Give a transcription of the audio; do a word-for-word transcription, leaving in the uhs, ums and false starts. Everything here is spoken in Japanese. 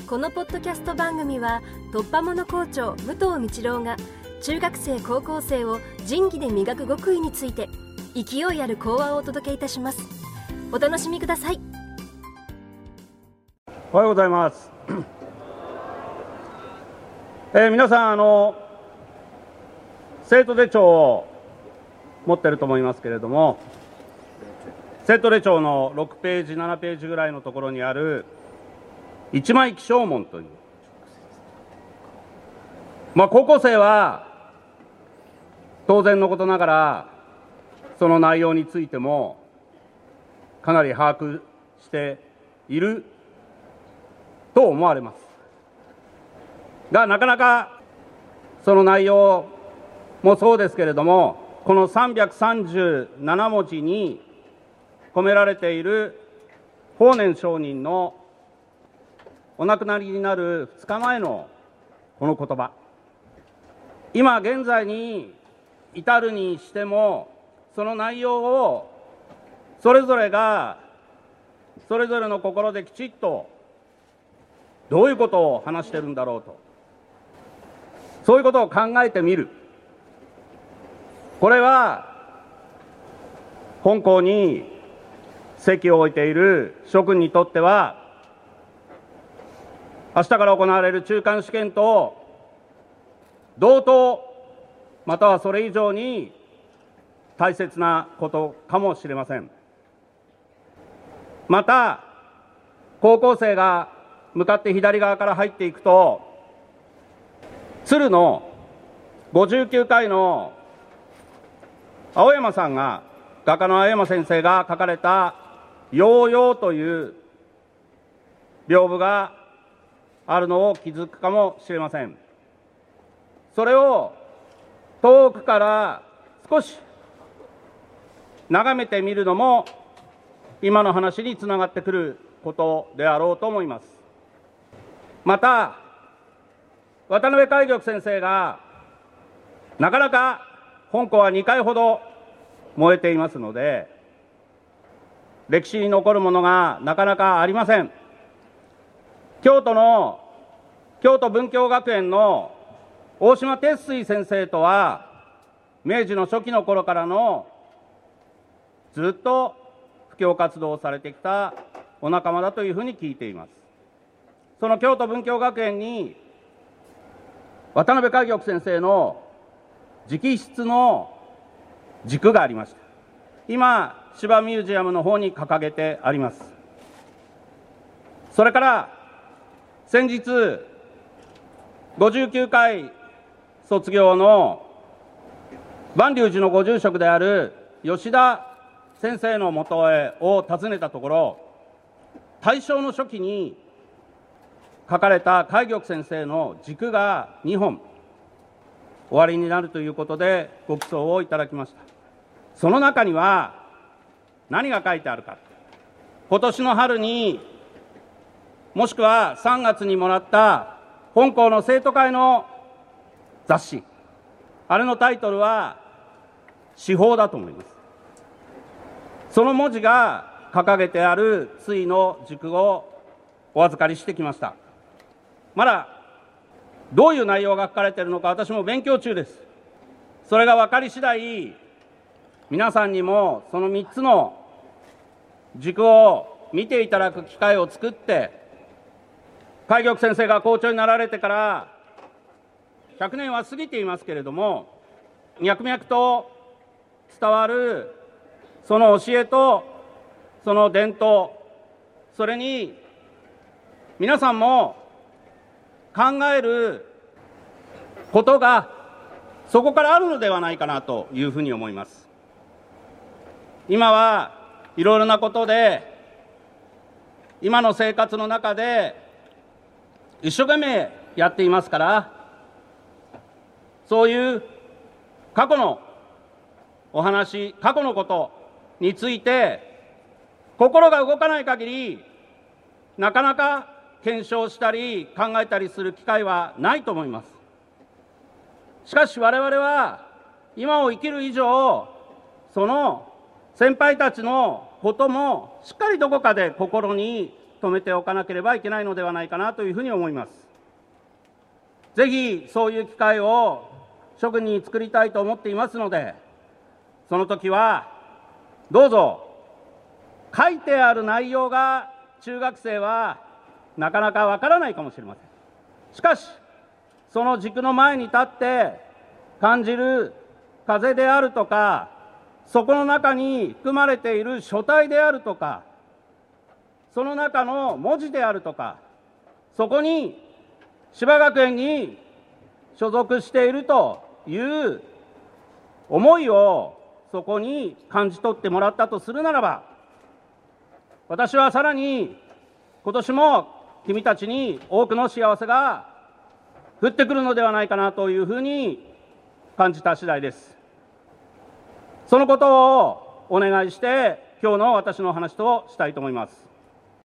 このポッドキャスト番組は突破者校長武藤道郎が中学生高校生を仁義で磨く極意について勢いある講話をお届けいたします。お楽しみください。 おはようございます、えー、皆さんあの生徒手帳を持ってると思いますけれども、生徒手帳のろくページななページぐらいのところにある一枚起請文という、まあ、高校生は当然のことながらその内容についてもかなり把握していると思われますが、なかなかその内容もそうですけれども、このさんびゃくさんじゅうなな文字に込められている法然上人のお亡くなりになるふつかまえのこの言葉、今現在に至るにしてもその内容をそれぞれがそれぞれの心できちっとどういうことを話しているんだろうと、そういうことを考えてみる、これは本校に籍を置いている諸君にとっては明日から行われる中間試験と同等またはそれ以上に大切なことかもしれません。また高校生が向かって左側から入っていくと、鶴のごじゅうきゅうかいの青山さんが画家の青山先生が書かれたヨーヨーという屏風があるのを気づくかもしれません。それを遠くから少し眺めてみるのも今の話につながってくることであろうと思います。また渡辺海玉先生がなかなか本校はにかいほど燃えていますので、歴史に残るものがなかなかありません。京都の京都文教学園の大島哲水先生とは明治の初期の頃からのずっと布教活動をされてきたお仲間だというふうに聞いています。その京都文教学園に渡辺海玉先生の直筆の軸がありました。今芝ミュージアムの方に掲げてあります。それから先日ごじゅうきゅうかい卒業の万隆寺のご住職である吉田先生のもとへを訪ねたところ、大正の初期に書かれた海玉先生の軸がにほん終わりになるということでご起草をいただきました。その中には何が書いてあるか、今年の春にもしくはさんがつにもらった本校の生徒会の雑誌、あれのタイトルは司法だと思います。その文字が掲げてある対の軸をお預かりしてきました。まだどういう内容が書かれているのか私も勉強中です。それが分かり次第、皆さんにもそのみっつの軸を見ていただく機会を作って、海玉先生が校長になられてからひゃくねんは過ぎていますけれども、脈々と伝わるその教えとその伝統、それに皆さんも考えることがそこからあるのではないかなというふうに思います。今はいろいろなことで今の生活の中で一生懸命やっていますから、そういう過去のお話、過去のことについて心が動かない限りなかなか検証したり考えたりする機会はないと思います。しかし我々は今を生きる以上、その先輩たちのこともしっかりどこかで心に留めておかなければいけないのではないかなというふうに思います。ぜひそういう機会を諸君に作りたいと思っていますので、その時はどうぞ書いてある内容が中学生はなかなかわからないかもしれません。しかしその軸の前に立って感じる風であるとか、そこの中に含まれている書体であるとか、その中の文字であるとか、そこに芝学園に所属しているという思いをそこに感じ取ってもらったとするならば、私はさらに今年も君たちに多くの幸せが降ってくるのではないかなというふうに感じた次第です。そのことをお願いして、今日の私の話としたいと思います。